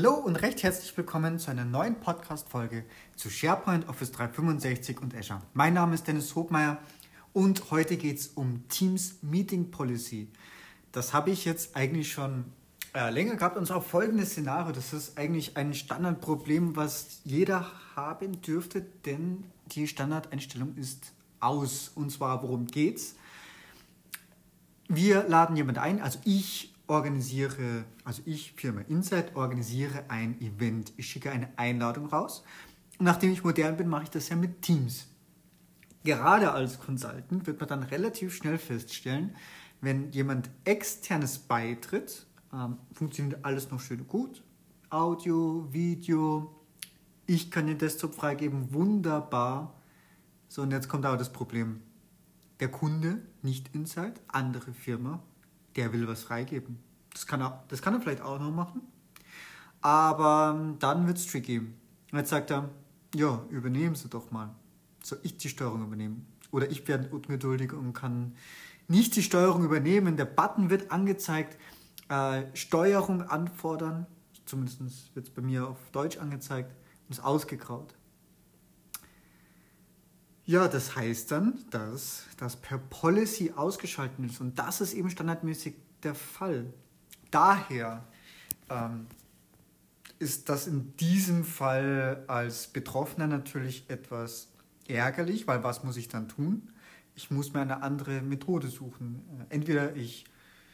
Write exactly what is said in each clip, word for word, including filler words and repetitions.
Hallo und recht herzlich willkommen zu einer neuen Podcast-Folge zu SharePoint, Office dreihundertfünfundsechzig und Azure. Mein Name ist Dennis Hobmeier und heute geht es um Teams Meeting Policy. Das habe ich jetzt eigentlich schon äh, länger gehabt und zwar folgendes Szenario. Das ist eigentlich ein Standardproblem, was jeder haben dürfte, denn die Standardeinstellung ist aus. Und zwar, worum geht's? Wir laden jemanden ein, also ich organisiere, also ich, Firma Insight, organisiere ein Event. Ich schicke eine Einladung raus. Und nachdem ich modern bin, mache ich das ja mit Teams. Gerade als Consultant wird man dann relativ schnell feststellen, wenn jemand Externes beitritt, ähm, funktioniert alles noch schön gut. Audio, Video, ich kann den Desktop freigeben, wunderbar. So, und jetzt kommt aber das Problem. Der Kunde, nicht Insight, andere Firma, der will was freigeben. Das kann er, das kann er vielleicht auch noch machen. Aber dann wird es tricky. Und jetzt sagt er, ja, übernehmen Sie doch mal. Soll ich die Steuerung übernehmen? Oder ich werde ungeduldig und kann nicht die Steuerung übernehmen. Der Button wird angezeigt, äh, Steuerung anfordern. Zumindest wird es bei mir auf Deutsch angezeigt und ist ausgegraut. Ja, das heißt dann, dass das per Policy ausgeschaltet ist und das ist eben standardmäßig der Fall. Daher ähm, ist das in diesem Fall als Betroffener natürlich etwas ärgerlich, weil was muss ich dann tun? Ich muss mir eine andere Methode suchen. Entweder ich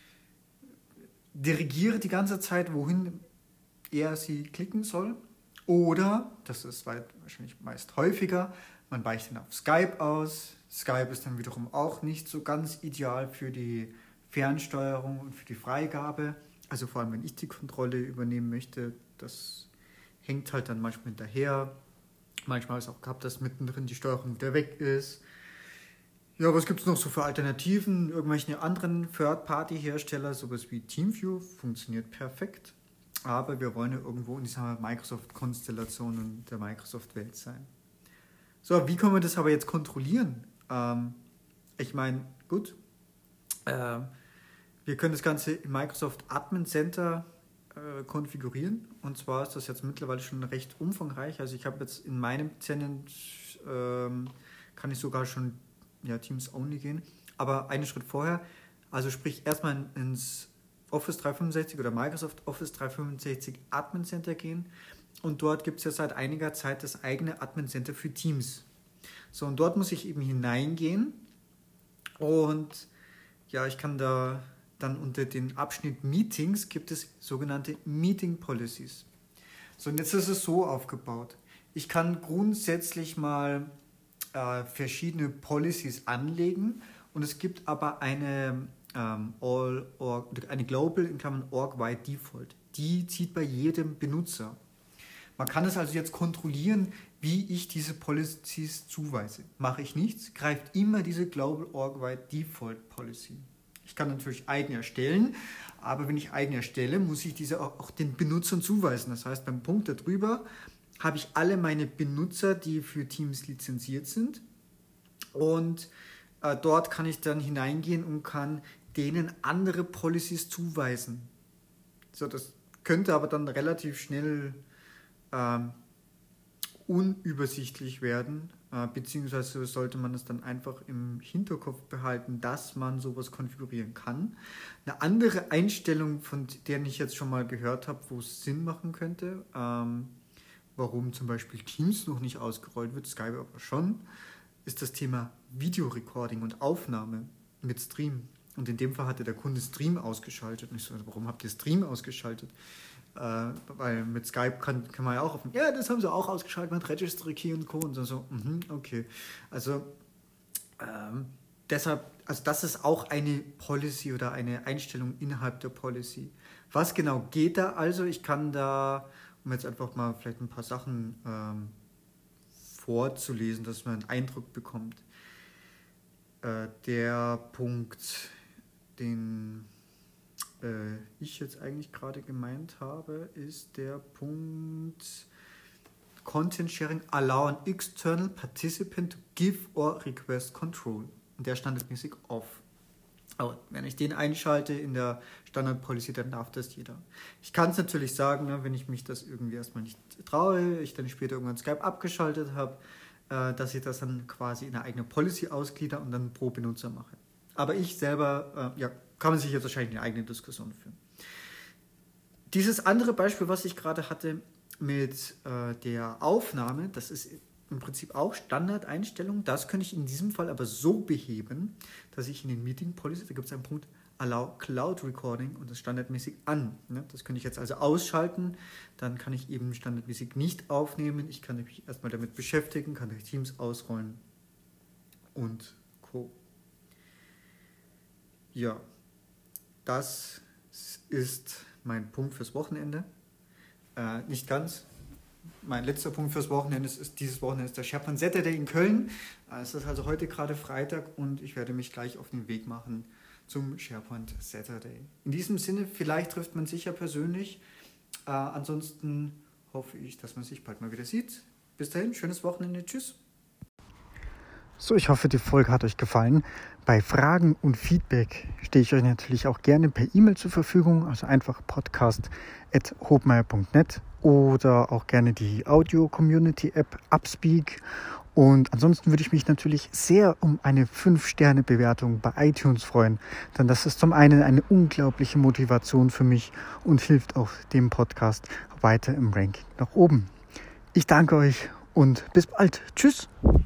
dirigiere die ganze Zeit, wohin er sie klicken soll, oder, das ist wahrscheinlich meist häufiger, man weicht dann auf Skype aus. Skype ist dann wiederum auch nicht so ganz ideal für die Fernsteuerung und für die Freigabe. Also vor allem, wenn ich die Kontrolle übernehmen möchte, das hängt halt dann manchmal hinterher. Manchmal habe ich es auch gehabt, dass mittendrin die Steuerung wieder weg ist. Ja, was gibt es noch so für Alternativen? Irgendwelche anderen Third-Party-Hersteller, sowas wie TeamViewer, funktioniert perfekt. Aber wir wollen ja irgendwo in dieser Microsoft-Konstellation und der Microsoft-Welt sein. So, wie können wir das aber jetzt kontrollieren? Ähm, ich meine, gut, äh, wir können das Ganze im Microsoft Admin Center äh, konfigurieren. Und zwar ist das jetzt mittlerweile schon recht umfangreich. Also ich habe jetzt in meinem Tenant, ähm, kann ich sogar schon ja, Teams Only gehen. Aber einen Schritt vorher, also sprich erstmal ins Office dreihundertfünfundsechzig oder Microsoft Office dreihundertfünfundsechzig Admin Center gehen. Und dort gibt es ja seit einiger Zeit das eigene Admin Center für Teams. So, und dort muss ich eben hineingehen und ja, ich kann da dann unter den Abschnitt Meetings gibt es sogenannte Meeting Policies. So, und jetzt ist es so aufgebaut. Ich kann grundsätzlich mal äh, verschiedene Policies anlegen und es gibt aber eine, ähm, All Org, eine Global in Klammern Org-Wide Default. Die zieht bei jedem Benutzer. Man kann es also jetzt kontrollieren, wie ich diese Policies zuweise. Mache ich nichts, greift immer diese Global Org-Wide Default Policy. Ich kann natürlich eigene erstellen, aber wenn ich eigene erstelle, muss ich diese auch, auch den Benutzern zuweisen. Das heißt, beim Punkt darüber habe ich alle meine Benutzer, die für Teams lizenziert sind. Und äh, dort kann ich dann hineingehen und kann denen andere Policies zuweisen. So, das könnte aber dann relativ schnell Ähm, unübersichtlich werden, äh, beziehungsweise sollte man es dann einfach im Hinterkopf behalten, dass man sowas konfigurieren kann. Eine andere Einstellung, von der ich jetzt schon mal gehört habe, wo es Sinn machen könnte, ähm, warum zum Beispiel Teams noch nicht ausgerollt wird, Skype aber schon, ist das Thema Videorecording und Aufnahme mit Stream. Und in dem Fall hatte der Kunde Stream ausgeschaltet. Und ich so, warum habt ihr Stream ausgeschaltet? Äh, weil mit Skype kann, kann man ja auch auf, ja, das haben sie auch ausgeschaltet mit Registry Key und Co. Und so, so mhm, okay. Also ähm, deshalb, also das ist auch eine Policy oder eine Einstellung innerhalb der Policy. Was genau geht da also? Ich kann da, um jetzt einfach mal vielleicht ein paar Sachen ähm, vorzulesen, dass man einen Eindruck bekommt. Äh, der Punkt, den ich jetzt eigentlich gerade gemeint habe, ist der Punkt Content Sharing Allow an External Participant to give or request control. Und der standardmäßig off. Aber wenn ich den einschalte in der Standard-Policy, dann darf das jeder. Ich kann es natürlich sagen, ne, wenn ich mich das irgendwie erstmal nicht traue, ich dann später irgendwann Skype abgeschaltet habe, äh, dass ich das dann quasi in eine eigene Policy ausglieder und dann pro Benutzer mache. Aber ich selber, äh, ja, kann man sich jetzt wahrscheinlich eine eigene Diskussion führen. Dieses andere Beispiel, was ich gerade hatte mit äh, der Aufnahme, das ist im Prinzip auch Standardeinstellung. Das könnte ich in diesem Fall aber so beheben, dass ich in den Meeting Policy, da gibt es einen Punkt Allow Cloud Recording und das standardmäßig an. Ne? Das könnte ich jetzt also ausschalten. Dann kann ich eben standardmäßig nicht aufnehmen. Ich kann mich erstmal damit beschäftigen, kann durch Teams ausrollen und Co. Ja, das ist mein Punkt fürs Wochenende. Äh, nicht ganz. Mein letzter Punkt fürs Wochenende ist, ist dieses Wochenende ist der SharePoint Saturday in Köln. Es ist also heute gerade Freitag und ich werde mich gleich auf den Weg machen zum SharePoint Saturday. In diesem Sinne, vielleicht trifft man sich ja persönlich. Äh, ansonsten hoffe ich, dass man sich bald mal wieder sieht. Bis dahin, schönes Wochenende. Tschüss. So, ich hoffe, die Folge hat euch gefallen. Bei Fragen und Feedback stehe ich euch natürlich auch gerne per E-Mail zur Verfügung, also einfach podcast at hobmeier punkt net oder auch gerne die Audio-Community-App Upspeak. Und ansonsten würde ich mich natürlich sehr um eine fünf Sterne Bewertung bei iTunes freuen, denn das ist zum einen eine unglaubliche Motivation für mich und hilft auch dem Podcast weiter im Ranking nach oben. Ich danke euch und bis bald. Tschüss!